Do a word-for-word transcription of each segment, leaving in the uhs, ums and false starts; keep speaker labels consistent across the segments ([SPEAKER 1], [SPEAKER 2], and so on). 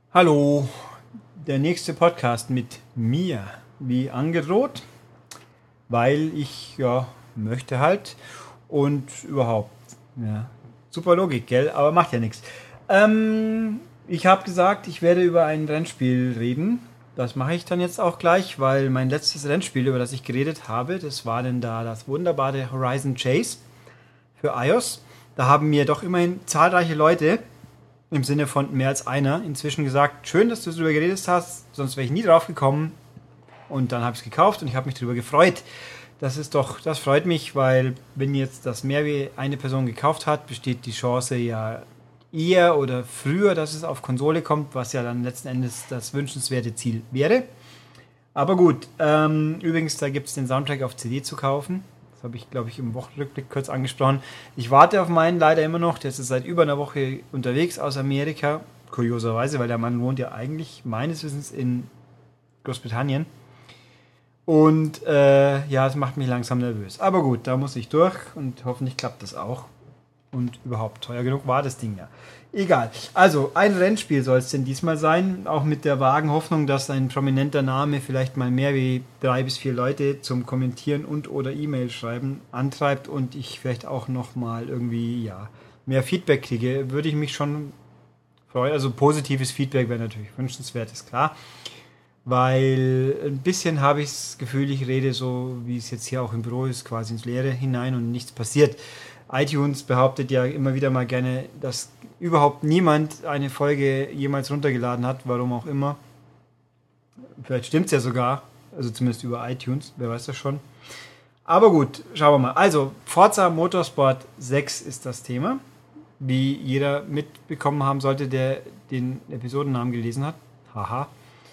[SPEAKER 1] Hallo, der nächste Podcast mit mir, wie angedroht, weil ich ja möchte halt und überhaupt. Ja, super Logik, gell? Aber macht ja nichts. Ähm, ich habe gesagt, ich werde über ein Rennspiel reden. Das mache ich dann jetzt auch gleich, weil mein letztes Rennspiel, über das ich geredet habe, das war denn da das wunderbare Horizon Chase für iOS. Da haben mir doch immerhin zahlreiche Leute im Sinne von mehr als einer inzwischen gesagt, schön, dass du darüber geredet hast, sonst wäre ich nie drauf gekommen. Und dann habe ich es gekauft und ich habe mich darüber gefreut. Das ist doch, das freut mich, weil wenn jetzt das mehr wie eine Person gekauft hat, besteht die Chance ja eher oder früher, dass es auf Konsole kommt, was ja dann letzten Endes das wünschenswerte Ziel wäre. Aber gut, ähm, übrigens, da gibt es den Soundtrack auf C D zu kaufen. Das habe ich, glaube ich, im Wochenrückblick kurz angesprochen. Ich warte auf meinen leider immer noch. Der ist seit über einer Woche unterwegs aus Amerika. Kurioserweise, weil der Mann wohnt ja eigentlich meines Wissens in Großbritannien. Und äh, ja, es macht mich langsam nervös. Aber gut, da muss ich durch und hoffentlich klappt das auch. Und überhaupt teuer genug war das Ding ja. Egal. Also, ein Rennspiel soll es denn diesmal sein. Auch mit der vagen Hoffnung, dass ein prominenter Name vielleicht mal mehr wie drei bis vier Leute zum Kommentieren und oder E-Mail schreiben antreibt und ich vielleicht auch nochmal irgendwie, ja, mehr Feedback kriege, würde ich mich schon freuen. Also, positives Feedback wäre natürlich wünschenswert, ist klar. Weil ein bisschen habe ich das Gefühl, ich rede so, wie es jetzt hier auch im Büro ist, quasi ins Leere hinein und nichts passiert. iTunes behauptet ja immer wieder mal gerne, dass überhaupt niemand eine Folge jemals runtergeladen hat, warum auch immer. Vielleicht stimmt es ja sogar, also zumindest über iTunes, wer weiß das schon. Aber gut, schauen wir mal. Also, Forza Motorsport sechs ist das Thema, wie jeder mitbekommen haben sollte, der den Episodennamen gelesen hat. Haha.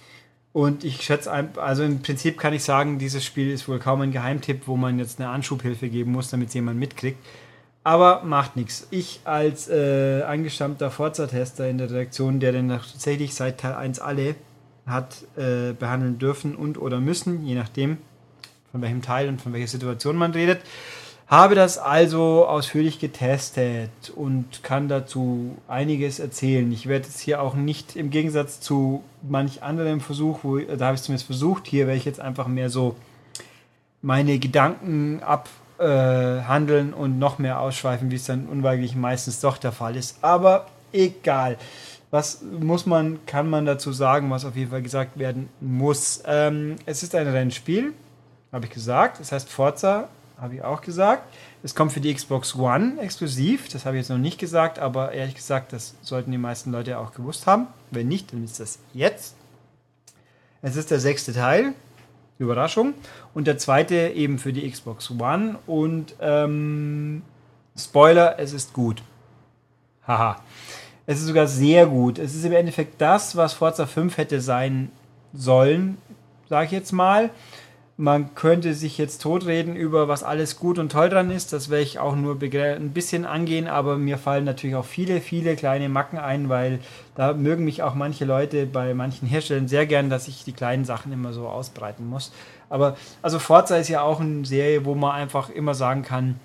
[SPEAKER 1] Und ich schätze, also im Prinzip kann ich sagen, dieses Spiel ist wohl kaum ein Geheimtipp, wo man jetzt eine Anschubhilfe geben muss, damit es jemand mitkriegt. Aber macht nichts. Ich als äh, angestammter Forza-Tester in der Redaktion, der denn tatsächlich seit Teil eins alle hat äh, behandeln dürfen und oder müssen, je nachdem von welchem Teil und von welcher Situation man redet, habe das also ausführlich getestet und kann dazu einiges erzählen. Ich werde jetzt hier auch nicht im Gegensatz zu manch anderem Versuch, wo, da habe ich es zumindest versucht, hier werde ich jetzt einfach mehr so meine Gedanken ab Äh, handeln und noch mehr ausschweifen, wie es dann unweigerlich meistens doch der Fall ist. Aber egal. Was muss man, kann man dazu sagen, was auf jeden Fall gesagt werden muss? Ähm, es ist ein Rennspiel, habe ich gesagt. Das heißt Forza, habe ich auch gesagt. Es kommt für die Xbox One exklusiv. Das habe ich jetzt noch nicht gesagt, aber ehrlich gesagt, das sollten die meisten Leute auch gewusst haben. Wenn nicht, dann ist das jetzt. Es ist der sechste Teil. Überraschung. Und der zweite eben für die Xbox One. Und ähm, Spoiler, es ist gut. Haha. Es ist sogar sehr gut. Es ist im Endeffekt das, was Forza fünf hätte sein sollen, sage ich jetzt mal. Man könnte sich jetzt totreden über, was alles gut und toll dran ist. Das werde ich auch nur ein bisschen angehen, aber mir fallen natürlich auch viele, viele kleine Macken ein, weil da mögen mich auch manche Leute bei manchen Herstellern sehr gern, dass ich die kleinen Sachen immer so ausbreiten muss. Aber also Forza ist ja auch eine Serie, wo man einfach immer sagen kann,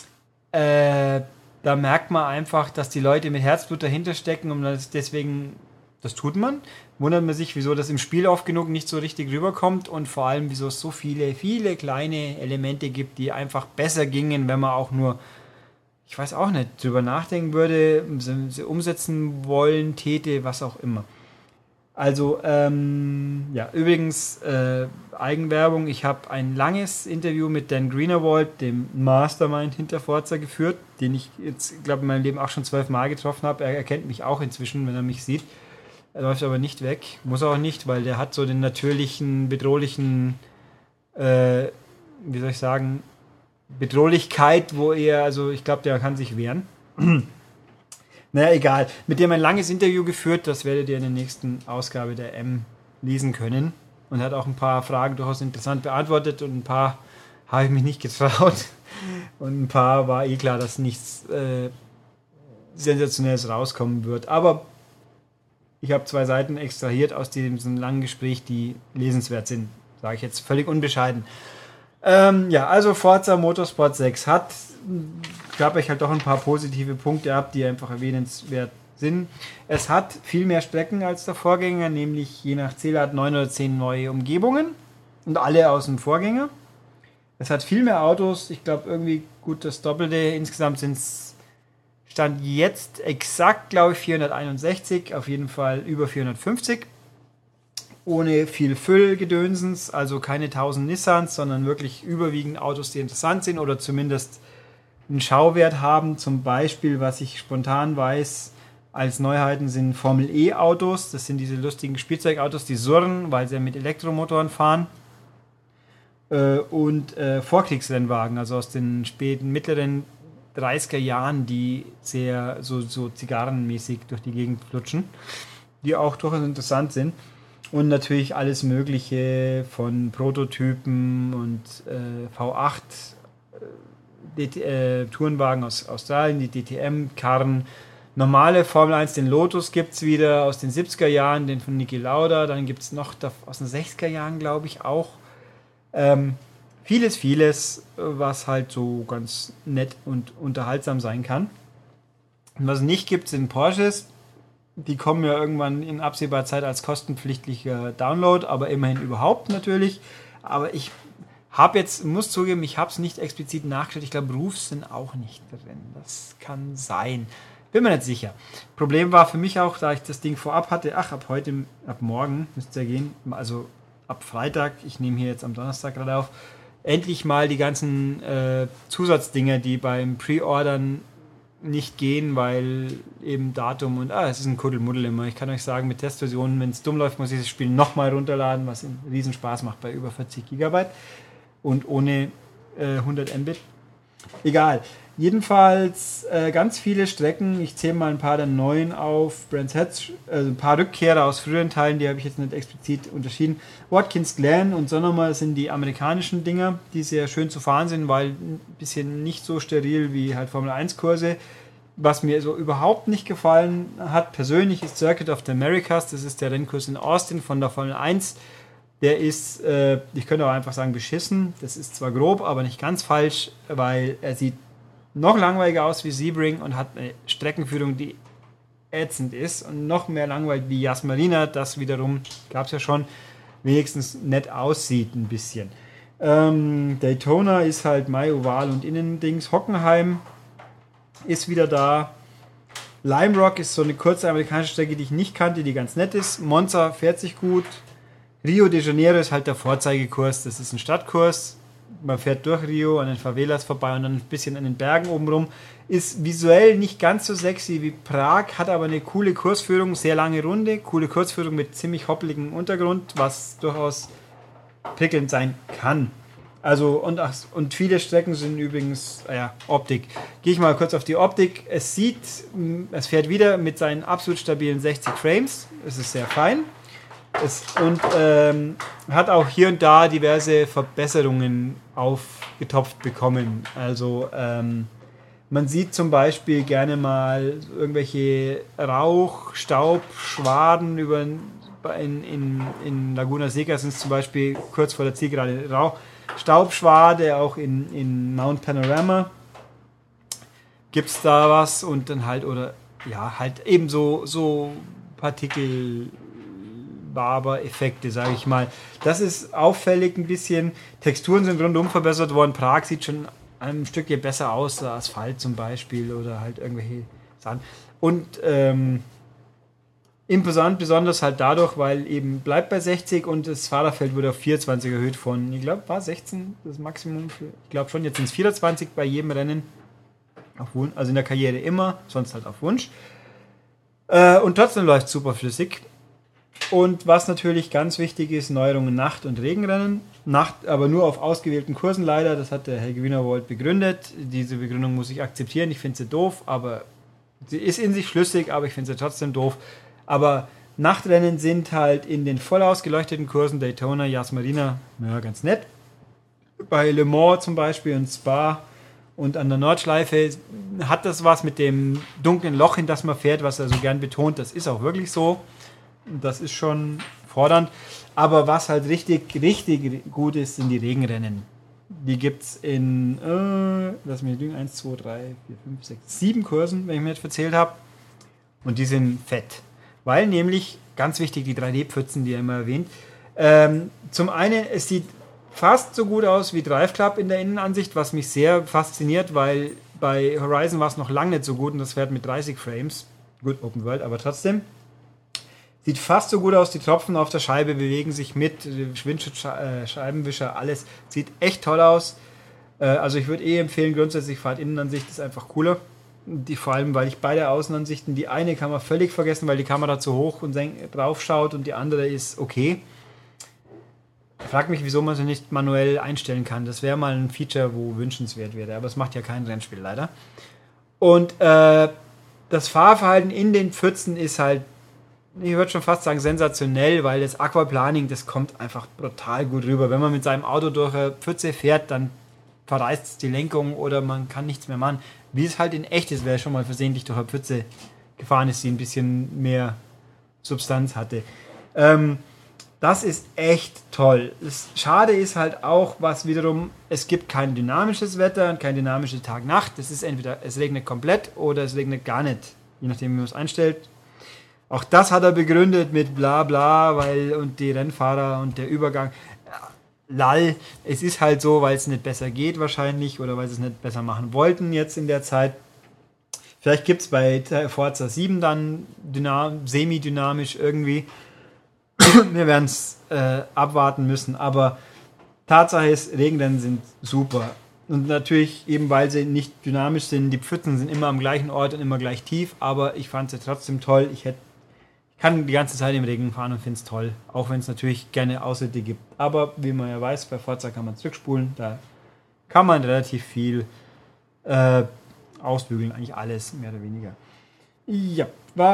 [SPEAKER 1] äh, da merkt man einfach, dass die Leute mit Herzblut dahinter stecken und das deswegen, das tut man. Wundert man sich, wieso das im Spiel oft genug nicht so richtig rüberkommt und vor allem, wieso es so viele, viele kleine Elemente gibt, die einfach besser gingen, wenn man auch nur, ich weiß auch nicht, drüber nachdenken würde, sie umsetzen wollen, täte, was auch immer. Also, ähm, ja, übrigens, äh, Eigenwerbung, ich habe ein langes Interview mit Dan Greenerwald, dem Mastermind hinter Forza, geführt, den ich jetzt, glaube ich, in meinem Leben auch schon zwölfmal getroffen habe. Er erkennt mich auch inzwischen, wenn er mich sieht. Er läuft aber nicht weg, muss auch nicht, weil der hat so den natürlichen, bedrohlichen, äh, wie soll ich sagen, Bedrohlichkeit, wo er, also ich glaube, der kann sich wehren. Naja, egal. Mit dem ein langes Interview geführt, das werdet ihr in der nächsten Ausgabe der M lesen können. Und er hat auch ein paar Fragen durchaus interessant beantwortet und ein paar habe ich mich nicht getraut. Und ein paar war eh klar, dass nichts äh, Sensationelles rauskommen wird. Aber ich habe zwei Seiten extrahiert aus diesem langen Gespräch, die lesenswert sind, sage ich jetzt völlig unbescheiden. Ähm, ja, also Forza Motorsport sechs hat, gab euch halt doch ein paar positive Punkte ab, die einfach erwähnenswert Sinn. Es hat viel mehr Strecken als der Vorgänger, nämlich je nach Zähler neun oder zehn neue Umgebungen und alle aus dem Vorgänger. Es hat viel mehr Autos, ich glaube irgendwie gut das Doppelte. Insgesamt sind es Stand jetzt exakt, glaube ich, vierhunderteinundsechzig, auf jeden Fall über vierhundertfünfzig. Ohne viel Füllgedönsens, also keine tausend Nissans, sondern wirklich überwiegend Autos, die interessant sind oder zumindest einen Schauwert haben. Zum Beispiel, was ich spontan weiß, als Neuheiten sind Formel-E-Autos. Das sind diese lustigen Spielzeugautos, die surren, weil sie mit Elektromotoren fahren. Und äh, Vorkriegsrennwagen, also aus den späten, mittleren dreißiger Jahren, die sehr so, so zigarrenmäßig durch die Gegend flutschen, die auch durchaus interessant sind. Und natürlich alles Mögliche von Prototypen und äh, V acht äh, äh, Tourenwagen aus Australien, die D T M-Karren, normale Formel eins, den Lotus gibt es wieder aus den siebziger Jahren, den von Niki Lauda, dann gibt es noch aus den sechziger Jahren, glaube ich, auch. Ähm, vieles, vieles, was halt so ganz nett und unterhaltsam sein kann. Und was es nicht gibt, sind Porsches. Die kommen ja irgendwann in absehbarer Zeit als kostenpflichtlicher Download, aber immerhin überhaupt natürlich. Aber ich habe jetzt, muss zugeben, ich habe es nicht explizit nachgeschaut. Ich glaube, Roofs sind auch nicht drin. Das kann sein. Bin mir nicht sicher. Problem war für mich auch, da ich das Ding vorab hatte, ach, ab heute, ab morgen müsste es ja gehen, also ab Freitag, ich nehme hier jetzt am Donnerstag gerade auf, endlich mal die ganzen äh, Zusatzdinge, die beim Pre-Ordern nicht gehen, weil eben Datum und ah, es ist ein Kuddelmuddel immer. Ich kann euch sagen, mit Testversionen, wenn es dumm läuft, muss ich das Spiel nochmal runterladen, was einen riesen Spaß macht bei über vierzig Gigabyte und ohne äh, hundert Mbit. Egal. Jedenfalls äh, ganz viele Strecken. Ich zähle mal ein paar der neuen auf. Brands Hatch, also ein paar Rückkehrer aus früheren Teilen, die habe ich jetzt nicht explizit unterschieden. Watkins Glen und Sonoma sind die amerikanischen Dinger, die sehr schön zu fahren sind, weil ein bisschen nicht so steril wie halt Formel eins Kurse. Was mir so überhaupt nicht gefallen hat, persönlich, ist Circuit of the Americas. Das ist der Rennkurs in Austin von der Formel eins. Der ist, äh, ich könnte auch einfach sagen, beschissen. Das ist zwar grob, aber nicht ganz falsch, weil er sieht noch langweiliger aus wie Sebring und hat eine Streckenführung, die ätzend ist und noch mehr langweilig wie Yas Marina, das wiederum, gab es ja schon, wenigstens nett aussieht ein bisschen. Ähm, Daytona ist halt Mai, Oval und Innendings. Hockenheim ist wieder da. Lime Rock ist so eine kurze amerikanische Strecke, die ich nicht kannte, die ganz nett ist. Monza fährt sich gut. Rio de Janeiro ist halt der Vorzeigekurs, das ist ein Stadtkurs. Man fährt durch Rio an den Favelas vorbei und dann ein bisschen an den Bergen oben rum. Ist visuell nicht ganz so sexy wie Prag, hat aber eine coole Kursführung, sehr lange Runde, coole Kursführung mit ziemlich hoppeligem Untergrund, was durchaus prickelnd sein kann. Also und, ach, und viele Strecken sind übrigens, ja, Optik. Gehe ich mal kurz auf die Optik. Es sieht, es fährt wieder mit seinen absolut stabilen sechzig Frames. Es ist sehr fein. Es, und ähm, hat auch hier und da diverse Verbesserungen aufgetopft bekommen. Also ähm, man sieht zum Beispiel gerne mal irgendwelche Rauch, Staub, Schwaden über in, in, in Laguna Seca sind es zum Beispiel kurz vor der Zielgerade Rauch, Staubschwade, auch in, in Mount Panorama gibt es da was und dann halt oder ja halt eben so, so Partikel Barber-Effekte, sage ich mal. Das ist auffällig ein bisschen. Texturen sind rundum verbessert worden. Prag sieht schon ein Stückchen besser aus, der Asphalt zum Beispiel oder halt irgendwelche Sachen. Und ähm, imposant besonders halt dadurch, weil eben bleibt bei sechzig und das Fahrerfeld wurde auf vierundzwanzig erhöht von, ich glaube, war sechzehn das Maximum für, ich glaube schon, jetzt sind es vierundzwanzig bei jedem Rennen. Auf Wunsch, also in der Karriere immer, sonst halt auf Wunsch. Äh, und trotzdem läuft es super flüssig. Und was natürlich ganz wichtig ist, Neuerungen Nacht- und Regenrennen. Nacht, aber nur auf ausgewählten Kursen leider. Das hat der Herr Wienerwold begründet. Diese Begründung muss ich akzeptieren. Ich finde sie doof, aber sie ist in sich schlüssig, aber ich finde sie trotzdem doof. Aber Nachtrennen sind halt in den voll ausgeleuchteten Kursen Daytona, Yas Marina, ja, ganz nett. Bei Le Mans zum Beispiel und Spa und an der Nordschleife hat das was mit dem dunklen Loch, in das man fährt, was er so gern betont. Das ist auch wirklich so. Das ist schon fordernd. Aber was halt richtig, richtig gut ist, sind die Regenrennen. Die gibt es in, äh, lass mich lügen, eins, zwei, drei, vier, fünf, sechs, sieben Kursen, wenn ich mir jetzt erzählt habe. Und die sind fett. Weil nämlich, ganz wichtig, die drei D-Pfützen, die er immer erwähnt. Ähm, zum einen, es sieht fast so gut aus wie Drive Club in der Innenansicht, was mich sehr fasziniert, weil bei Horizon war es noch lange nicht so gut und das fährt mit dreißig Frames. Gut, Open World, aber trotzdem. Sieht fast so gut aus, die Tropfen auf der Scheibe bewegen sich mit, Windschutzsch äh, Scheibenwischer, alles. Sieht echt toll aus. Äh, also ich würde eh empfehlen, grundsätzlich Fahrt Innenansicht ist einfach cooler. Die, vor allem, weil ich beide Außenansichten, die eine kann man völlig vergessen, weil die Kamera zu hoch und drauf schaut und die andere ist okay. Ich frage mich, wieso man sie nicht manuell einstellen kann. Das wäre mal ein Feature, wo wünschenswert wäre, aber es macht ja kein Rennspiel leider. Und äh, das Fahrverhalten in den Pfützen ist halt, ich würde schon fast sagen, sensationell, weil das Aquaplaning, das kommt einfach brutal gut rüber. Wenn man mit seinem Auto durch eine Pfütze fährt, dann verreißt es die Lenkung oder man kann nichts mehr machen. Wie es halt in echt ist, wer schon mal versehentlich durch eine Pfütze gefahren ist, die ein bisschen mehr Substanz hatte. Ähm, das ist echt toll. Das Schade ist halt auch, was wiederum, es gibt kein dynamisches Wetter und kein dynamisches Tag-Nacht. Das ist entweder, es regnet komplett oder es regnet gar nicht, je nachdem, wie man es einstellt. Auch das hat er begründet mit bla bla, weil und die Rennfahrer und der Übergang. Lall, es ist halt so, weil es nicht besser geht wahrscheinlich oder weil sie es nicht besser machen wollten jetzt in der Zeit. Vielleicht gibt es bei Forza sieben dann dynam- semi-dynamisch irgendwie. Wir werden es äh, abwarten müssen, aber Tatsache ist, Regenrennen sind super. Und natürlich eben, weil sie nicht dynamisch sind, die Pfützen sind immer am gleichen Ort und immer gleich tief, aber ich fand sie trotzdem toll. Ich hätte kann die ganze Zeit im Regen fahren und finde es toll. Auch wenn es natürlich gerne Ausschnitte gibt. Aber wie man ja weiß, bei Forza kann man zurückspulen. Da kann man relativ viel äh, ausbügeln. Eigentlich alles, mehr oder weniger. Ja,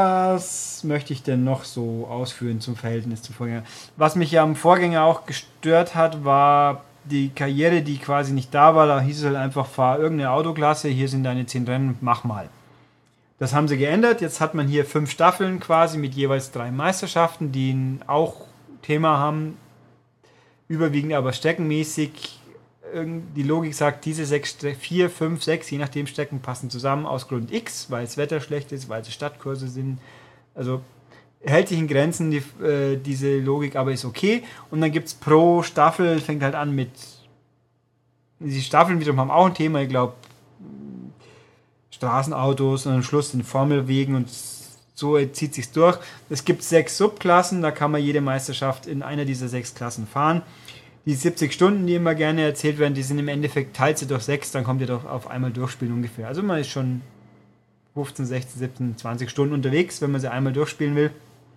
[SPEAKER 1] was möchte ich denn noch so ausführen zum Verhältnis zum Vorgänger? Was mich ja am Vorgänger auch gestört hat, war die Karriere, die quasi nicht da war. Da hieß es halt einfach, fahr irgendeine Autoklasse, hier sind deine zehn Rennen, mach mal. Das haben sie geändert. Jetzt hat man hier fünf Staffeln quasi mit jeweils drei Meisterschaften, die auch Thema haben, überwiegend aber streckenmäßig. Die Logik sagt, diese sechs, vier, fünf, sechs, je nachdem Strecken passen zusammen aus Grund X, weil das Wetter schlecht ist, weil es Stadtkurse sind. Also hält sich in Grenzen die, äh, diese Logik, aber ist okay. Und dann gibt es pro Staffel, fängt halt an mit, die Staffeln wiederum haben auch ein Thema, ich glaube, Straßenautos und am Schluss den Formelwegen und so zieht sich's durch. Es gibt sechs Subklassen, da kann man jede Meisterschaft in einer dieser sechs Klassen fahren. Die siebzig Stunden, die immer gerne erzählt werden, die sind im Endeffekt, teilt sie durch sechs, dann kommt ihr doch auf einmal durchspielen ungefähr. Also man ist schon fünfzehn, sechzehn, siebzehn, zwanzig Stunden unterwegs, wenn man sie einmal durchspielen will.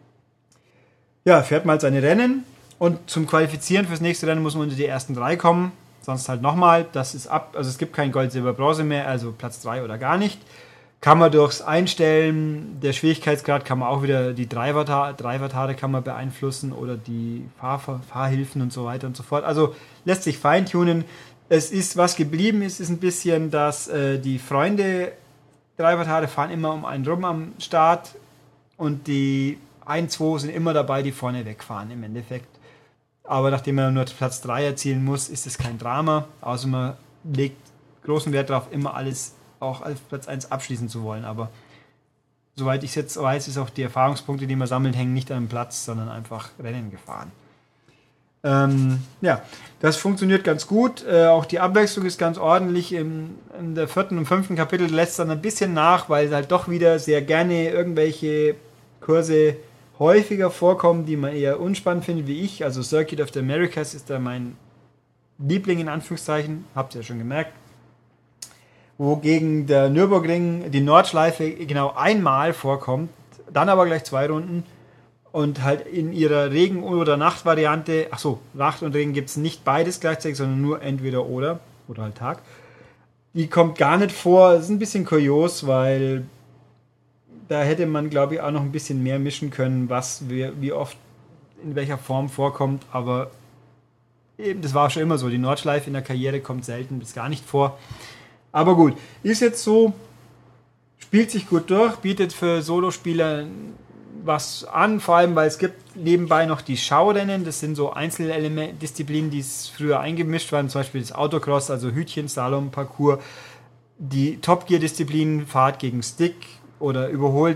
[SPEAKER 1] Ja, fährt mal seine Rennen und zum Qualifizieren fürs nächste Rennen muss man unter die ersten drei kommen. Sonst halt nochmal, das ist ab, also es gibt kein Gold, Silber, Bronze mehr, also Platz drei oder gar nicht. Kann man durchs Einstellen, der Schwierigkeitsgrad kann man auch wieder, die Driver-Tare kann man beeinflussen oder die Fahr Fahrhilfen und so weiter und so fort. Also lässt sich feintunen. Es ist, was geblieben ist, ist ein bisschen, dass äh, die Freunde Driver-Tare fahren immer um einen rum am Start und die ein, zwei sind immer dabei, die vorne wegfahren im Endeffekt. Aber nachdem man nur Platz drei erzielen muss, ist es kein Drama. Außer man legt großen Wert darauf, immer alles auch als Platz eins abschließen zu wollen. Aber soweit ich es jetzt weiß, ist auch die Erfahrungspunkte, die man sammelt, hängen nicht an einem Platz, sondern einfach Rennen gefahren. Ähm, ja, das funktioniert ganz gut. Äh, auch die Abwechslung ist ganz ordentlich. Im, in der vierten und fünften Kapitel lässt dann ein bisschen nach, weil halt doch wieder sehr gerne irgendwelche Kurse häufiger vorkommen, die man eher unspannend findet wie ich. Also Circuit of the Americas ist da mein Liebling in Anführungszeichen, habt ihr ja schon gemerkt. Wogegen der Nürburgring, die Nordschleife genau einmal vorkommt, dann aber gleich zwei Runden und halt in ihrer Regen- oder Nachtvariante, ach so, Nacht und Regen gibt es nicht beides gleichzeitig, sondern nur entweder oder, oder halt Tag. Die kommt gar nicht vor, das ist ein bisschen kurios, weil da hätte man, glaube ich, auch noch ein bisschen mehr mischen können, was wie, wie oft in welcher Form vorkommt, aber eben, das war schon immer so. Die Nordschleife in der Karriere kommt selten bis gar nicht vor. Aber gut, ist jetzt so, spielt sich gut durch, bietet für Solospieler was an, vor allem, weil es gibt nebenbei noch die Schaurennen, das sind so Einzeldisziplinen, die es früher eingemischt waren, zum Beispiel das Autocross, also Hütchen, Slalom, Parcours, die Top Gear-Disziplinen, Fahrt gegen Stick, oder überholt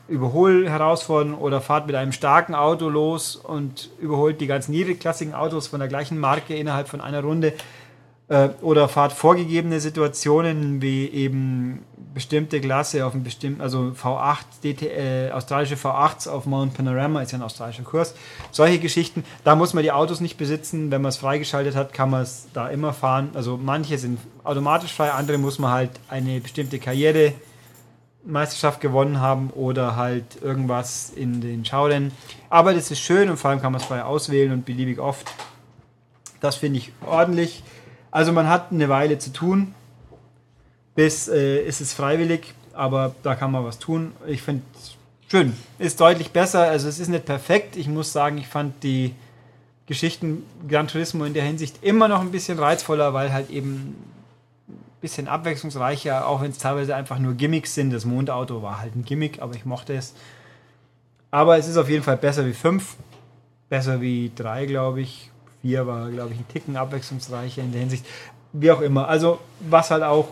[SPEAKER 1] Überholherausforderungen oder fahrt mit einem starken Auto los und überholt die ganzen niedrigklassigen Autos von der gleichen Marke innerhalb von einer Runde. Oder fahrt vorgegebene Situationen wie eben bestimmte Klasse auf einem bestimmten, also V acht, D T, äh, australische V achts auf Mount Panorama, ist ja ein australischer Kurs. Solche Geschichten, da muss man die Autos nicht besitzen. Wenn man es freigeschaltet hat, kann man es da immer fahren. Also manche sind automatisch frei, andere muss man halt eine bestimmte Karriere Meisterschaft gewonnen haben oder halt irgendwas in den Schaurennen. Aber das ist schön und vor allem kann man es frei auswählen und beliebig oft. Das finde ich ordentlich. Also man hat eine Weile zu tun, bis äh, ist es freiwillig, aber da kann man was tun. Ich finde es schön, ist deutlich besser, also es ist nicht perfekt. Ich muss sagen, ich fand die Geschichten Gran Turismo in der Hinsicht immer noch ein bisschen reizvoller, weil halt eben ein bisschen abwechslungsreicher, auch wenn es teilweise einfach nur Gimmicks sind. Das Mondauto war halt ein Gimmick, aber ich mochte es. Aber es ist auf jeden Fall besser wie fünf, besser wie drei, glaube ich. vier war, glaube ich, ein Ticken abwechslungsreicher in der Hinsicht. Wie auch immer. Also, was halt auch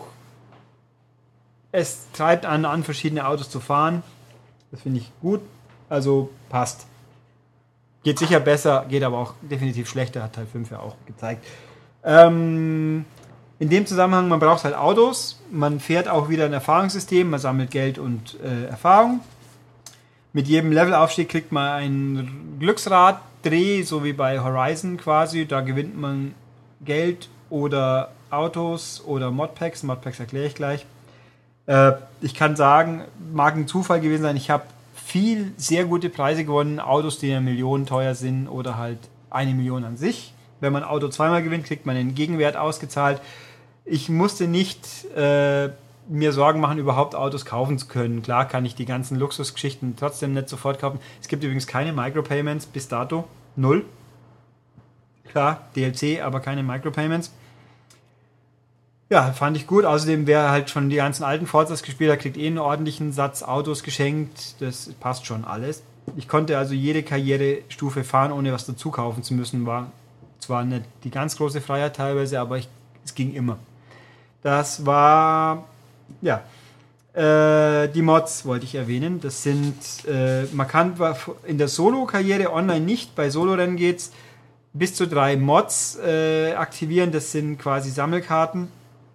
[SPEAKER 1] es treibt an, an verschiedene Autos zu fahren. Das finde ich gut. Also, passt. Geht sicher besser, geht aber auch definitiv schlechter, hat Teil fünf ja auch gezeigt. Ähm, in dem Zusammenhang, man braucht halt Autos. Man fährt auch wieder ein Erfahrungssystem. Man sammelt Geld und äh, Erfahrung. Mit jedem Levelaufstieg kriegt man ein Glücksrad. Dreh, so wie bei Horizon quasi, da gewinnt man Geld oder Autos oder Modpacks. Modpacks erkläre ich gleich. Äh, ich kann sagen, mag ein Zufall gewesen sein, ich habe viel sehr gute Preise gewonnen, Autos, die eine Million teuer sind oder halt eine Million an sich. Wenn man ein Auto zweimal gewinnt, kriegt man den Gegenwert ausgezahlt. Ich musste nicht äh, mir Sorgen machen, überhaupt Autos kaufen zu können. Klar kann ich die ganzen Luxusgeschichten trotzdem nicht sofort kaufen. Es gibt übrigens keine Micropayments bis dato. Null. Klar, D L C, aber keine Micropayments. Ja, fand ich gut. Außerdem, wer halt schon die ganzen alten Forzas gespielt hat, kriegt eh einen ordentlichen Satz Autos geschenkt. Das passt schon alles. Ich konnte also jede Karrierestufe fahren, ohne was dazu kaufen zu müssen. War zwar nicht die ganz große Freiheit teilweise, aber ich, es ging immer. Das war... Ja, äh, die Mods wollte ich erwähnen. Das sind, äh, man kann in der Solo-Karriere online nicht, bei Solo-Rennen geht's, bis zu drei Mods äh, aktivieren. Das sind quasi Sammelkarten,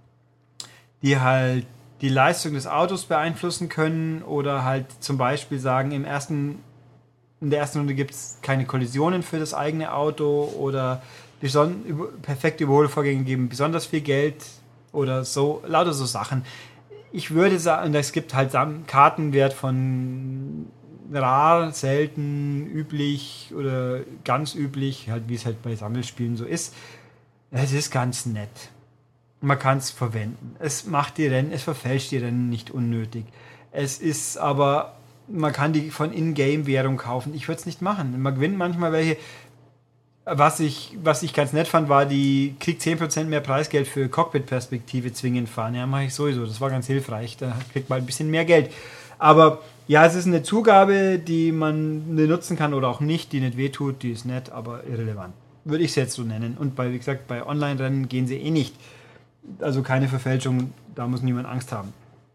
[SPEAKER 1] die halt die Leistung des Autos beeinflussen können oder halt zum Beispiel sagen, im ersten, in der ersten Runde gibt es keine Kollisionen für das eigene Auto oder beson- perfekte Überholvorgänge geben besonders viel Geld oder so, lauter so Sachen. Ich würde sagen, es gibt halt Kartenwert von rar, selten, üblich oder ganz üblich, halt wie es halt bei Sammelspielen so ist. Es ist ganz nett. Man kann es verwenden. Es macht die Rennen, es verfälscht die Rennen nicht unnötig. Es ist aber, man kann die von In-Game-Währung kaufen. Ich würde es nicht machen. Man gewinnt manchmal welche. Was ich, was ich ganz nett fand, war, die kriegt zehn Prozent mehr Preisgeld für Cockpit-Perspektive zwingend fahren. Ja, mache ich sowieso. Das war ganz hilfreich. Da kriegt man ein bisschen mehr Geld. Aber ja, es ist eine Zugabe, die man nutzen kann oder auch nicht, die nicht wehtut, die ist nett, aber irrelevant. Würde ich es jetzt so nennen. Und bei, wie gesagt, bei Online-Rennen gehen sie eh nicht. Also keine Verfälschung, da muss niemand Angst haben.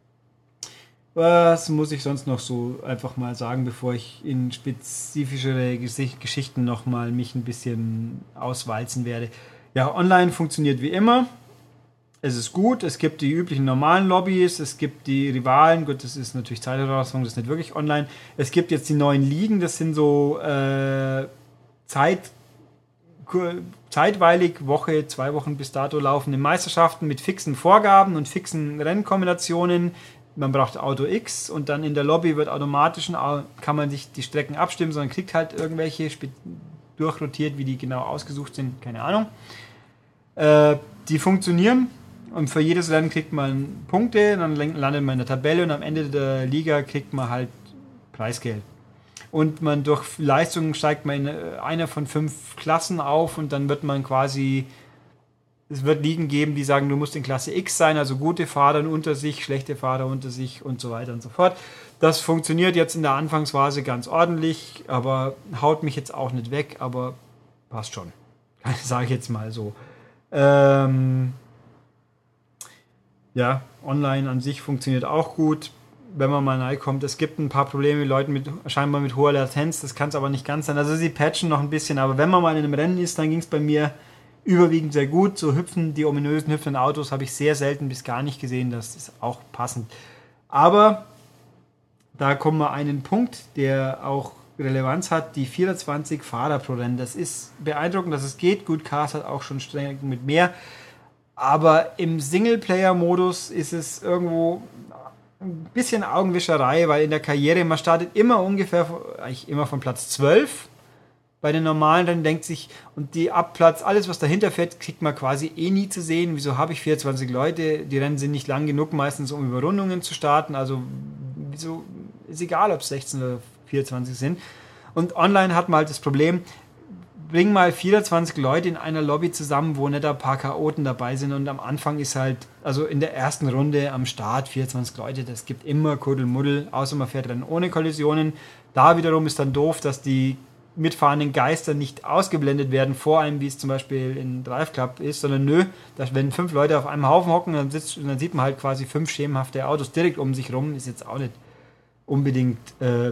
[SPEAKER 1] Was muss ich sonst noch so einfach mal sagen, bevor ich in spezifischere Geschichten noch mal mich ein bisschen auswalzen werde? Ja, online funktioniert wie immer. Es ist gut. Es gibt die üblichen normalen Lobbys. Es gibt die Rivalen. Gut, das ist natürlich Zeitherausforderung, das ist nicht wirklich online. Es gibt jetzt die neuen Ligen. Das sind so äh, Zeit, zeitweilig, Woche, zwei Wochen bis dato laufende Meisterschaften mit fixen Vorgaben und fixen Rennkombinationen. Man braucht Auto X und dann in der Lobby wird automatisch, kann man sich die Strecken abstimmen, sondern kriegt halt irgendwelche durchrotiert, wie die genau ausgesucht sind, keine Ahnung. Äh, die funktionieren und für jedes Rennen kriegt man Punkte, dann landet man in der Tabelle und am Ende der Liga kriegt man halt Preisgeld. Und man durch Leistung steigt man in einer von fünf Klassen auf und dann wird man quasi... Es wird Ligen geben, die sagen, du musst in Klasse X sein, also gute Fahrer unter sich, schlechte Fahrer unter sich und so weiter und so fort. Das funktioniert jetzt in der Anfangsphase ganz ordentlich, aber haut mich jetzt auch nicht weg, aber passt schon. Sage ich jetzt mal so. Ähm ja, online an sich funktioniert auch gut. wenn man mal reinkommt. Es gibt ein paar Probleme mit Leuten mit scheinbar mit hoher Latenz, das kann es aber nicht ganz sein. Also sie patchen noch ein bisschen, aber wenn man mal in einem Rennen ist, dann ging es bei mir überwiegend sehr gut. So hüpfen, die ominösen hüpfenden Autos habe ich sehr selten bis gar nicht gesehen, das ist auch passend. Aber da kommen wir einen Punkt, der auch Relevanz hat, die vierundzwanzig Fahrer pro Rennen. Das ist beeindruckend, dass es geht. Gut, Cars hat auch schon streng mit mehr. Aber im Singleplayer-Modus ist es irgendwo ein bisschen Augenwischerei, weil in der Karriere, man startet immer ungefähr, eigentlich immer von Platz zwölf. Bei den normalen Rennen denkt sich, und die Abplatz, alles was dahinter fährt, kriegt man quasi eh nie zu sehen. Wieso habe ich vierundzwanzig Leute? Die Rennen sind nicht lang genug, meistens um Überrundungen zu starten. Also wieso, ist egal, ob es sechzehn oder vierundzwanzig sind. Und online hat man halt das Problem, bring mal vierundzwanzig Leute in einer Lobby zusammen, wo nicht ein paar Chaoten dabei sind, und am Anfang ist halt, also in der ersten Runde am Start vierundzwanzig Leute, das gibt immer Kuddelmuddel, außer man fährt dann ohne Kollisionen. Da wiederum ist dann doof, dass die mitfahrenden Geister nicht ausgeblendet werden vor einem, wie es zum Beispiel in Drive Club ist, sondern nö, dass wenn fünf Leute auf einem Haufen hocken, dann, sitzt, dann sieht man halt quasi fünf schemenhafte Autos direkt um sich rum, ist jetzt auch nicht unbedingt, äh,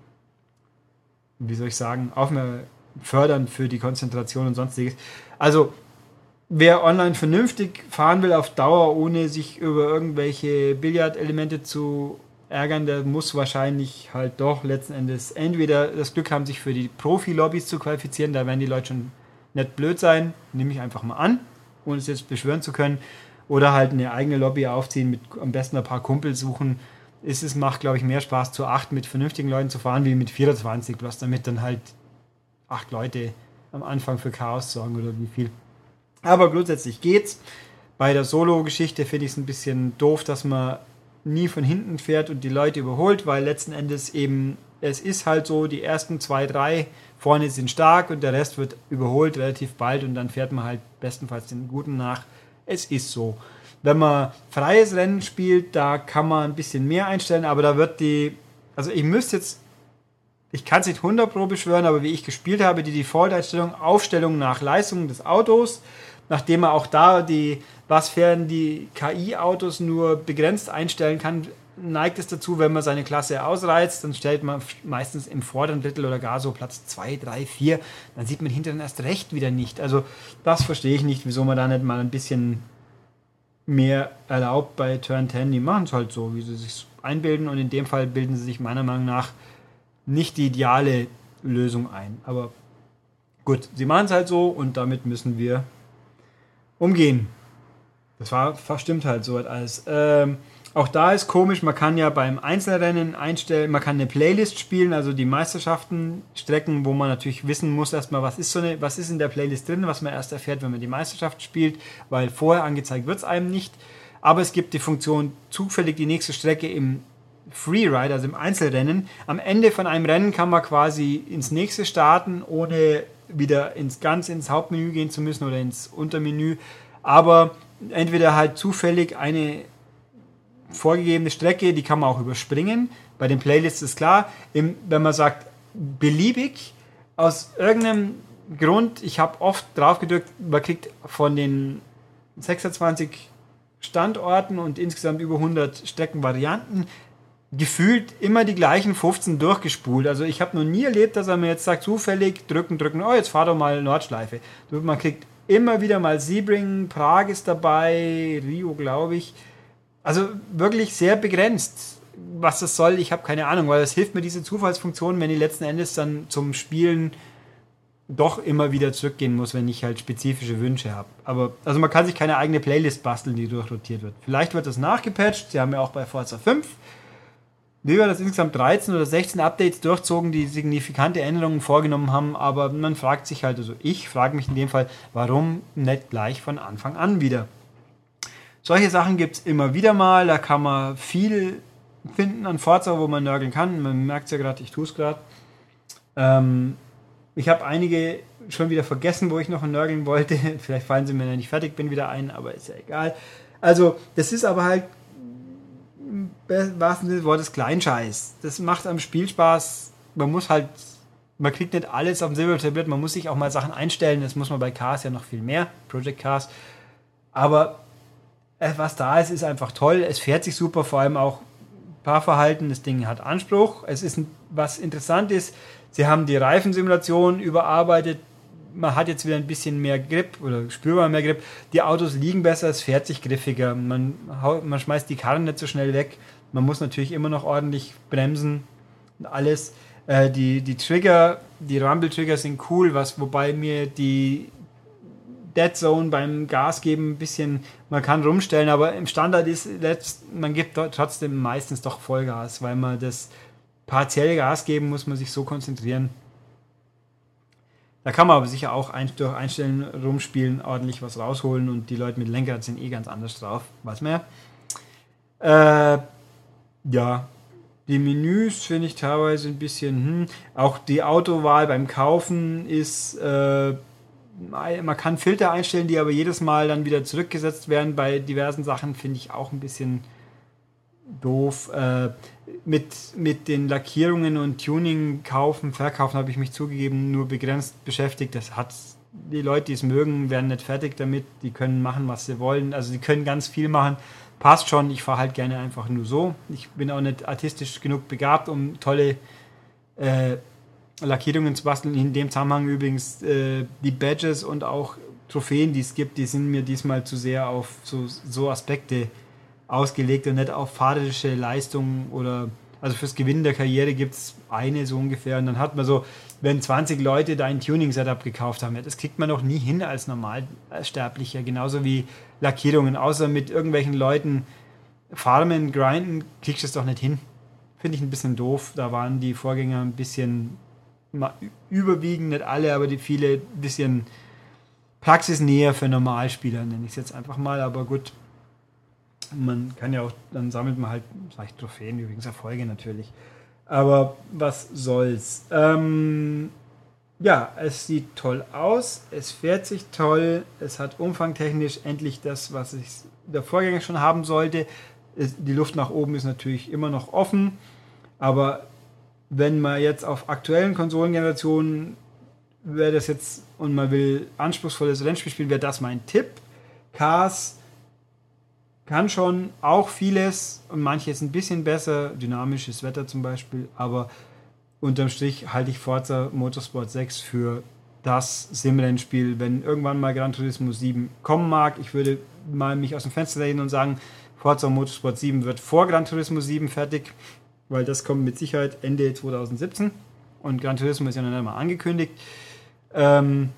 [SPEAKER 1] wie soll ich sagen, aufmerksam fördern für die Konzentration und sonstiges. Also, wer online vernünftig fahren will auf Dauer, ohne sich über irgendwelche Billardelemente zu ärgern, der muss wahrscheinlich halt doch letzten Endes entweder das Glück haben, sich für die Profi-Lobbys zu qualifizieren, da werden die Leute schon nicht blöd sein, nehme ich einfach mal an, ohne es jetzt beschwören zu können, oder halt eine eigene Lobby aufziehen, mit am besten ein paar Kumpels suchen. Es ist, macht, glaube ich, mehr Spaß, zu acht mit vernünftigen Leuten zu fahren, wie mit vierundzwanzig, bloß damit dann halt acht Leute am Anfang für Chaos sorgen oder wie viel. Aber grundsätzlich geht's. Bei der Solo-Geschichte finde ich es ein bisschen doof, dass man nie von hinten fährt und die Leute überholt, weil letzten Endes eben, es ist halt so, die ersten zwei, drei vorne sind stark und der Rest wird überholt relativ bald und dann fährt man halt bestenfalls den Guten nach. Es ist so. Wenn man freies Rennen spielt, da kann man ein bisschen mehr einstellen, aber da wird die, also ich müsste jetzt Ich kann es nicht hundert Pro beschwören, aber wie ich gespielt habe, die Default-Einstellung, Aufstellung nach Leistung des Autos, nachdem man auch da die, was fern die K I-Autos nur begrenzt einstellen kann, neigt es dazu, wenn man seine Klasse ausreizt, dann stellt man meistens im vorderen Drittel oder gar so Platz zwei, drei, vier, dann sieht man hinterher erst recht wieder nicht. Also das verstehe ich nicht, wieso man da nicht mal ein bisschen mehr erlaubt bei Turn zehn. Die machen es halt so, wie sie sich einbilden, und in dem Fall bilden sie sich meiner Meinung nach nicht die ideale Lösung ein. Aber gut, sie machen es halt so und damit müssen wir umgehen. Das war verstimmt halt so alles. Ähm, auch da ist komisch, man kann ja beim Einzelrennen einstellen, man kann eine Playlist spielen, also die Meisterschaften, Strecken, wo man natürlich wissen muss erstmal, was ist so eine, was ist in der Playlist drin, was man erst erfährt, wenn man die Meisterschaft spielt, weil vorher angezeigt wird es einem nicht. Aber es gibt die Funktion, zufällig die nächste Strecke im Freeride, also im Einzelrennen. Am Ende von einem Rennen kann man quasi ins nächste starten, ohne wieder ins ganz ins Hauptmenü gehen zu müssen oder ins Untermenü. Aber entweder halt zufällig eine vorgegebene Strecke, die kann man auch überspringen. Bei den Playlists ist klar, im, wenn man sagt beliebig, aus irgendeinem Grund, ich habe oft drauf gedrückt, man kriegt von den sechsundzwanzig Standorten und insgesamt über hundert Streckenvarianten gefühlt immer die gleichen fünfzehn durchgespult. Also ich habe noch nie erlebt, dass er mir jetzt sagt, zufällig drücken, drücken, oh, jetzt fahr doch mal Nordschleife. Man kriegt immer wieder mal Sebring, Prag ist dabei, Rio, glaube ich. Also wirklich sehr begrenzt, was das soll. Ich habe keine Ahnung, weil das hilft mir, diese Zufallsfunktion, wenn die letzten Endes dann zum Spielen doch immer wieder zurückgehen muss, wenn ich halt spezifische Wünsche habe. Aber also man kann sich keine eigene Playlist basteln, die durchrotiert wird. Vielleicht wird das nachgepatcht. Sie haben ja auch bei Forza fünf wie wir das insgesamt dreizehn oder sechzehn Updates durchzogen, die signifikante Änderungen vorgenommen haben, aber man fragt sich halt, also ich frage mich in dem Fall, warum nicht gleich von Anfang an wieder? Solche Sachen gibt es immer wieder mal, da kann man viel finden an Forza, wo man nörgeln kann, man merkt es ja gerade, ich tue es gerade. Ähm, ich habe einige schon wieder vergessen, wo ich noch nörgeln wollte, vielleicht fallen sie mir, wenn ich fertig bin, wieder ein, aber ist ja egal. Also, das ist aber halt im wahrsten Sinne des Wortes Kleinscheiß. Das macht am Spiel Spaß. Man muss halt, man kriegt nicht alles auf dem Silbertablett, man muss sich auch mal Sachen einstellen. Das muss man bei Cars ja noch viel mehr, Project Cars. Aber äh, was da ist, ist einfach toll. Es fährt sich super, vor allem auch Fahrverhalten, das Ding hat Anspruch. Es ist, ein, was interessant ist, sie haben die Reifensimulation überarbeitet. Man hat jetzt wieder ein bisschen mehr Grip oder spürbar mehr Grip. Die Autos liegen besser, es fährt sich griffiger. Man, haut, man schmeißt die Karren nicht so schnell weg. Man muss natürlich immer noch ordentlich bremsen und alles. Äh, die, die Trigger, die Rumble-Trigger sind cool, was, wobei mir die Dead Zone beim Gas geben ein bisschen, man kann rumstellen, aber im Standard ist, letzt, man gibt trotzdem meistens doch Vollgas, weil man das partiell Gas geben muss, man sich so konzentrieren. Da kann man aber sicher auch ein, durch Einstellen rumspielen, ordentlich was rausholen und die Leute mit Lenkrad sind eh ganz anders drauf. Was mehr? Äh, ja, die Menüs finde ich teilweise ein bisschen, hm. Auch die Autowahl beim Kaufen ist, äh, man kann Filter einstellen, die aber jedes Mal dann wieder zurückgesetzt werden. Bei diversen Sachen finde ich auch ein bisschen doof. Äh, mit, mit den Lackierungen und Tuning kaufen, verkaufen habe ich mich zugegeben nur begrenzt beschäftigt. Das hat die Leute, die es mögen, werden nicht fertig damit. Die können machen, was sie wollen. Also sie können ganz viel machen. Passt schon. Ich fahre halt gerne einfach nur so. Ich bin auch nicht artistisch genug begabt, um tolle äh, Lackierungen zu basteln. In dem Zusammenhang übrigens äh, die Badges und auch Trophäen, die es gibt, die sind mir diesmal zu sehr auf so, so Aspekte ausgelegt und nicht auf fahrerische Leistungen oder, also fürs Gewinnen der Karriere gibt es eine so ungefähr und dann hat man so, wenn zwanzig Leute da ein Tuning-Setup gekauft haben, das kriegt man noch nie hin als Normalsterblicher, genauso wie Lackierungen, außer mit irgendwelchen Leuten farmen, grinden, kriegst du es doch nicht hin. Finde ich ein bisschen doof, da waren die Vorgänger ein bisschen überwiegend, nicht alle, aber die viele ein bisschen praxisnäher für Normalspieler, nenne ich es jetzt einfach mal, aber gut. Man kann ja auch, dann sammelt man halt, sag ich, Trophäen, übrigens Erfolge natürlich. Aber was soll's. Ähm, ja, es sieht toll aus, es fährt sich toll, es hat umfangtechnisch endlich das, was ich der Vorgänger schon haben sollte. Es, die Luft nach oben ist natürlich immer noch offen, aber wenn man jetzt auf aktuellen Konsolengenerationen wäre das jetzt, und man will anspruchsvolles Rennspiel spielen, wäre das mein Tipp. Cars kann schon auch vieles und manches ein bisschen besser, dynamisches Wetter zum Beispiel, aber unterm Strich halte ich Forza Motorsport sechs für das Sim-Rennspiel. Wenn irgendwann mal Gran Turismo sieben kommen mag, ich würde mal mich aus dem Fenster lehnen und sagen, Forza Motorsport sieben wird vor Gran Turismo sieben fertig, weil das kommt mit Sicherheit Ende zwanzig siebzehn und Gran Turismo ist ja noch nicht mal angekündigt. Ähm,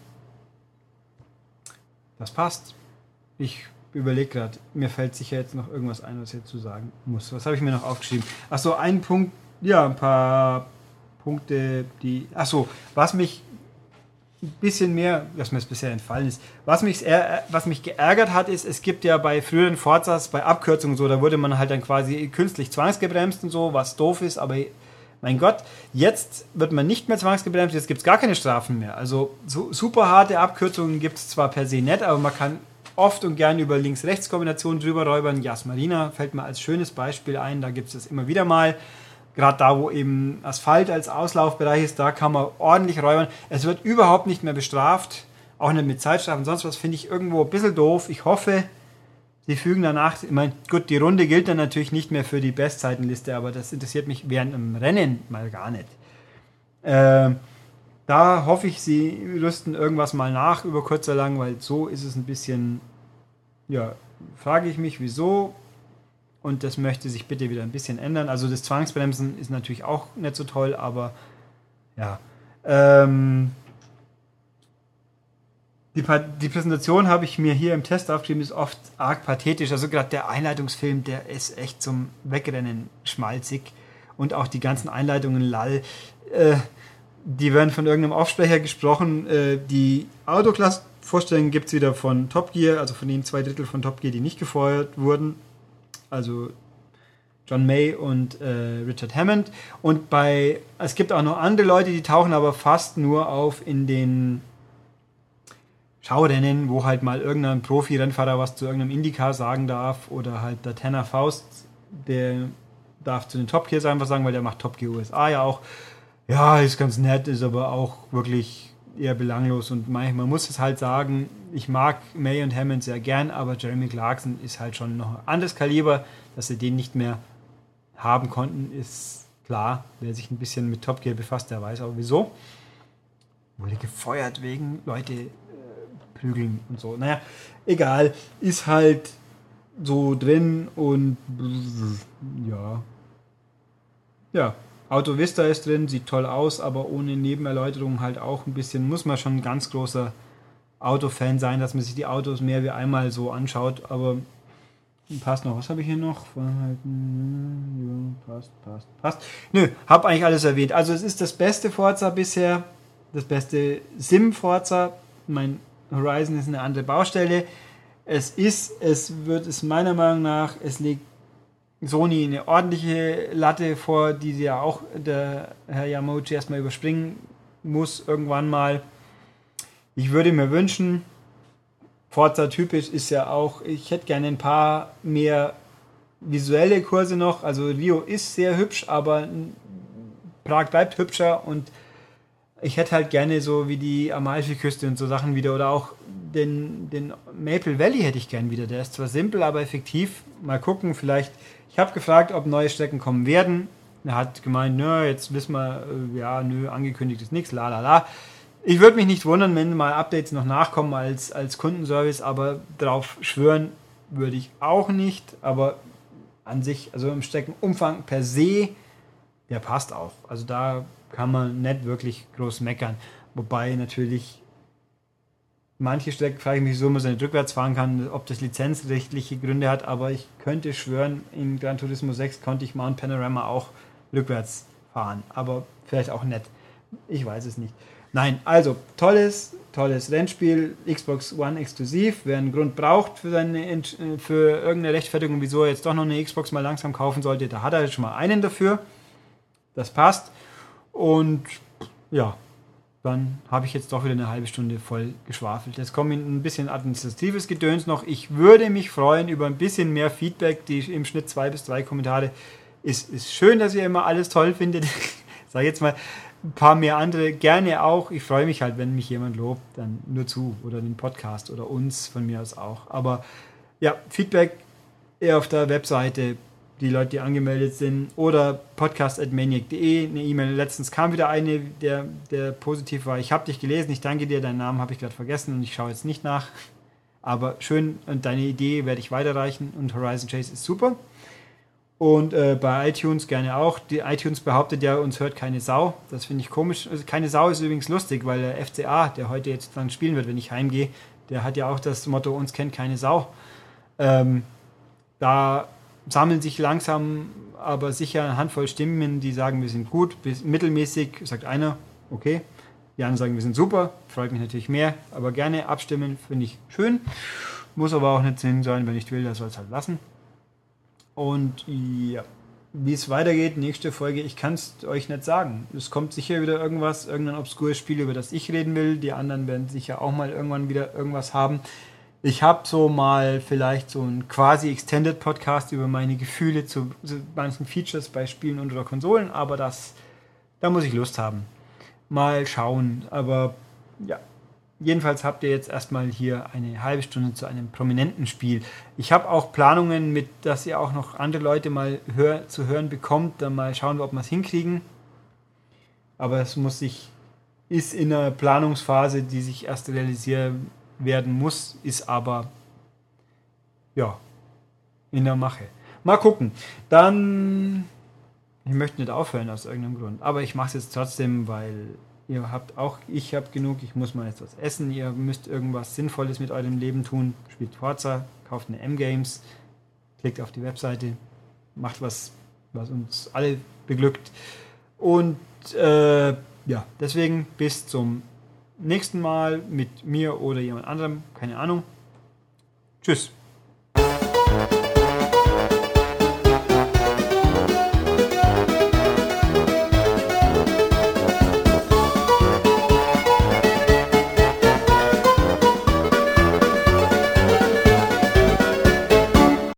[SPEAKER 1] das passt. Ich überlege gerade, mir fällt sicher jetzt noch irgendwas ein, was ich jetzt zu sagen muss. Was habe ich mir noch aufgeschrieben? Achso, ein Punkt, ja, ein paar Punkte, die, achso, was mich ein bisschen mehr, was mir jetzt bisher entfallen ist, was mich, was mich geärgert hat, ist, es gibt ja bei früheren Forzas, bei Abkürzungen so, da wurde man halt dann quasi künstlich zwangsgebremst und so, was doof ist, aber mein Gott, jetzt wird man nicht mehr zwangsgebremst, jetzt gibt es gar keine Strafen mehr. Also so, super harte Abkürzungen gibt es zwar per se nicht, aber man kann oft und gern über Links-Rechts-Kombinationen drüber räubern. Yas Marina fällt mir als schönes Beispiel ein, da gibt es das immer wieder mal. Gerade da, wo eben Asphalt als Auslaufbereich ist, da kann man ordentlich räubern. Es wird überhaupt nicht mehr bestraft, auch nicht mit Zeitstrafen, sonst was, finde ich irgendwo ein bisschen doof. Ich hoffe, sie fügen danach, ich meine, gut, die Runde gilt dann natürlich nicht mehr für die Bestzeitenliste, aber das interessiert mich während dem Rennen mal gar nicht. Äh, Da hoffe ich, sie rüsten irgendwas mal nach über kurz oder lang, weil so ist es ein bisschen, ja, frage ich mich, wieso. Und das möchte sich bitte wieder ein bisschen ändern. Also das Zwangsbremsen ist natürlich auch nicht so toll, aber ja. Ähm, die, die Präsentation habe ich mir hier im Test aufgeschrieben, ist oft arg pathetisch. Also gerade der Einleitungsfilm, der ist echt zum Wegrennen schmalzig. Und auch die ganzen Einleitungen lall. Äh, Die werden von irgendeinem Aufsprecher gesprochen. Äh, die Autoklasse-Vorstellungen gibt es wieder von Top Gear, also von den zwei Drittel von Top Gear, die nicht gefeuert wurden. Also John May und äh, Richard Hammond. Und bei, es gibt auch noch andere Leute, die tauchen aber fast nur auf in den Schaurennen, wo halt mal irgendein Profi-Rennfahrer was zu irgendeinem IndyCar sagen darf oder halt der Tanner Faust, der darf zu den Top Gears einfach sagen, weil der macht Top Gear U S A ja auch. Ja, ist ganz nett, ist aber auch wirklich eher belanglos und manchmal muss es halt sagen, ich mag May und Hammond sehr gern, aber Jeremy Clarkson ist halt schon noch ein anderes Kaliber, dass sie den nicht mehr haben konnten, ist klar. Wer sich ein bisschen mit Top Gear befasst, der weiß auch wieso. Wurde gefeuert wegen Leute äh, prügeln und so. Naja, egal. Ist halt so drin und ja. Ja, Auto Vista ist drin, sieht toll aus, aber ohne Nebenerläuterung halt auch ein bisschen, muss man schon ein ganz großer Autofan sein, dass man sich die Autos mehr wie einmal so anschaut, aber passt noch. Was habe ich hier noch? Ja, passt, passt, passt. Nö, habe eigentlich alles erwähnt. Also es ist das beste Forza bisher, das beste Sim-Forza. Mein Horizon ist eine andere Baustelle. Es ist, es wird es meiner Meinung nach, es legt Sony eine ordentliche Latte vor, die sie ja auch der Herr Yamauchi erstmal überspringen muss irgendwann mal. Ich würde mir wünschen, Forza typisch ist ja auch, ich hätte gerne ein paar mehr visuelle Kurse noch. Also Rio ist sehr hübsch, aber Prag bleibt hübscher und ich hätte halt gerne so wie die Amalfi-Küste und so Sachen wieder oder auch den, den Maple Valley hätte ich gern wieder. Der ist zwar simpel, aber effektiv. Mal gucken, vielleicht. Ich habe gefragt, ob neue Strecken kommen werden. Er hat gemeint, nö, jetzt wissen wir, ja, nö, angekündigt ist nichts, la la la. Ich würde mich nicht wundern, wenn mal Updates noch nachkommen als, als Kundenservice, aber darauf schwören würde ich auch nicht. Aber an sich, also im Streckenumfang per se, der passt auch. Also da kann man nicht wirklich groß meckern. Wobei natürlich manche Strecken, frage ich mich, wieso man so nicht rückwärts fahren kann, ob das lizenzrechtliche Gründe hat, aber ich könnte schwören, in Gran Turismo sechs konnte ich Mount Panorama auch rückwärts fahren. Aber vielleicht auch nicht. Ich weiß es nicht. Nein, also tolles, tolles Rennspiel, Xbox One exklusiv. Wer einen Grund braucht für, seine, für irgendeine Rechtfertigung, wieso er jetzt doch noch eine Xbox mal langsam kaufen sollte, da hat er schon mal einen dafür. Das passt. Und ja, dann habe ich jetzt doch wieder eine halbe Stunde voll geschwafelt. Jetzt kommt ein bisschen administratives Gedöns noch. Ich würde mich freuen über ein bisschen mehr Feedback, die im Schnitt zwei bis drei Kommentare. Ist, ist schön, dass ihr immer alles toll findet. Sag jetzt mal, ein paar mehr andere gerne auch. Ich freue mich halt, wenn mich jemand lobt, dann nur zu. Oder den Podcast oder uns von mir aus auch. Aber ja, Feedback eher auf der Webseite, die Leute, die angemeldet sind. Oder podcast at maniac punkt de. Eine E-Mail. Letztens kam wieder eine, der, der positiv war. Ich habe dich gelesen, ich danke dir. Deinen Namen habe ich gerade vergessen und ich schaue jetzt nicht nach. Aber schön und deine Idee werde ich weiterreichen. Und Horizon Chase ist super. Und äh, bei iTunes gerne auch. Die iTunes behauptet ja, uns hört keine Sau. Das finde ich komisch. Also keine Sau ist übrigens lustig, weil der F C A, der heute jetzt dann spielen wird, wenn ich heimgehe, der hat ja auch das Motto, uns kennt keine Sau. Ähm, da sammeln sich langsam, aber sicher eine Handvoll Stimmen, die sagen, wir sind gut, bis mittelmäßig, sagt einer, okay. Die anderen sagen, wir sind super, freut mich natürlich mehr, aber gerne abstimmen, finde ich schön. Muss aber auch nicht Sinn sein, wenn ich will, das soll es halt lassen. Und ja, wie es weitergeht, nächste Folge, ich kann es euch nicht sagen. Es kommt sicher wieder irgendwas, irgendein obskures Spiel, über das ich reden will. Die anderen werden sicher auch mal irgendwann wieder irgendwas haben. Ich habe so mal vielleicht so einen quasi Extended Podcast über meine Gefühle zu, zu manchen Features bei Spielen und oder Konsolen, aber das, da muss ich Lust haben. Mal schauen, aber ja. Jedenfalls habt ihr jetzt erstmal hier eine halbe Stunde zu einem prominenten Spiel. Ich habe auch Planungen, mit, dass ihr auch noch andere Leute mal hör, zu hören bekommt. Dann mal schauen wir, ob wir es hinkriegen. Aber es muss sich, ist in einer Planungsphase, die sich erst realisieren werden muss, ist aber ja in der Mache. Mal gucken. Dann, ich möchte nicht aufhören aus irgendeinem Grund, aber ich mache es jetzt trotzdem, weil ihr habt auch, ich habe genug, ich muss mal jetzt was essen, ihr müsst irgendwas Sinnvolles mit eurem Leben tun, spielt Forza, kauft eine M-Games, klickt auf die Webseite, macht was, was uns alle beglückt. Und äh, ja, deswegen bis zum nächsten Mal mit mir oder jemand anderem, keine Ahnung. Tschüss.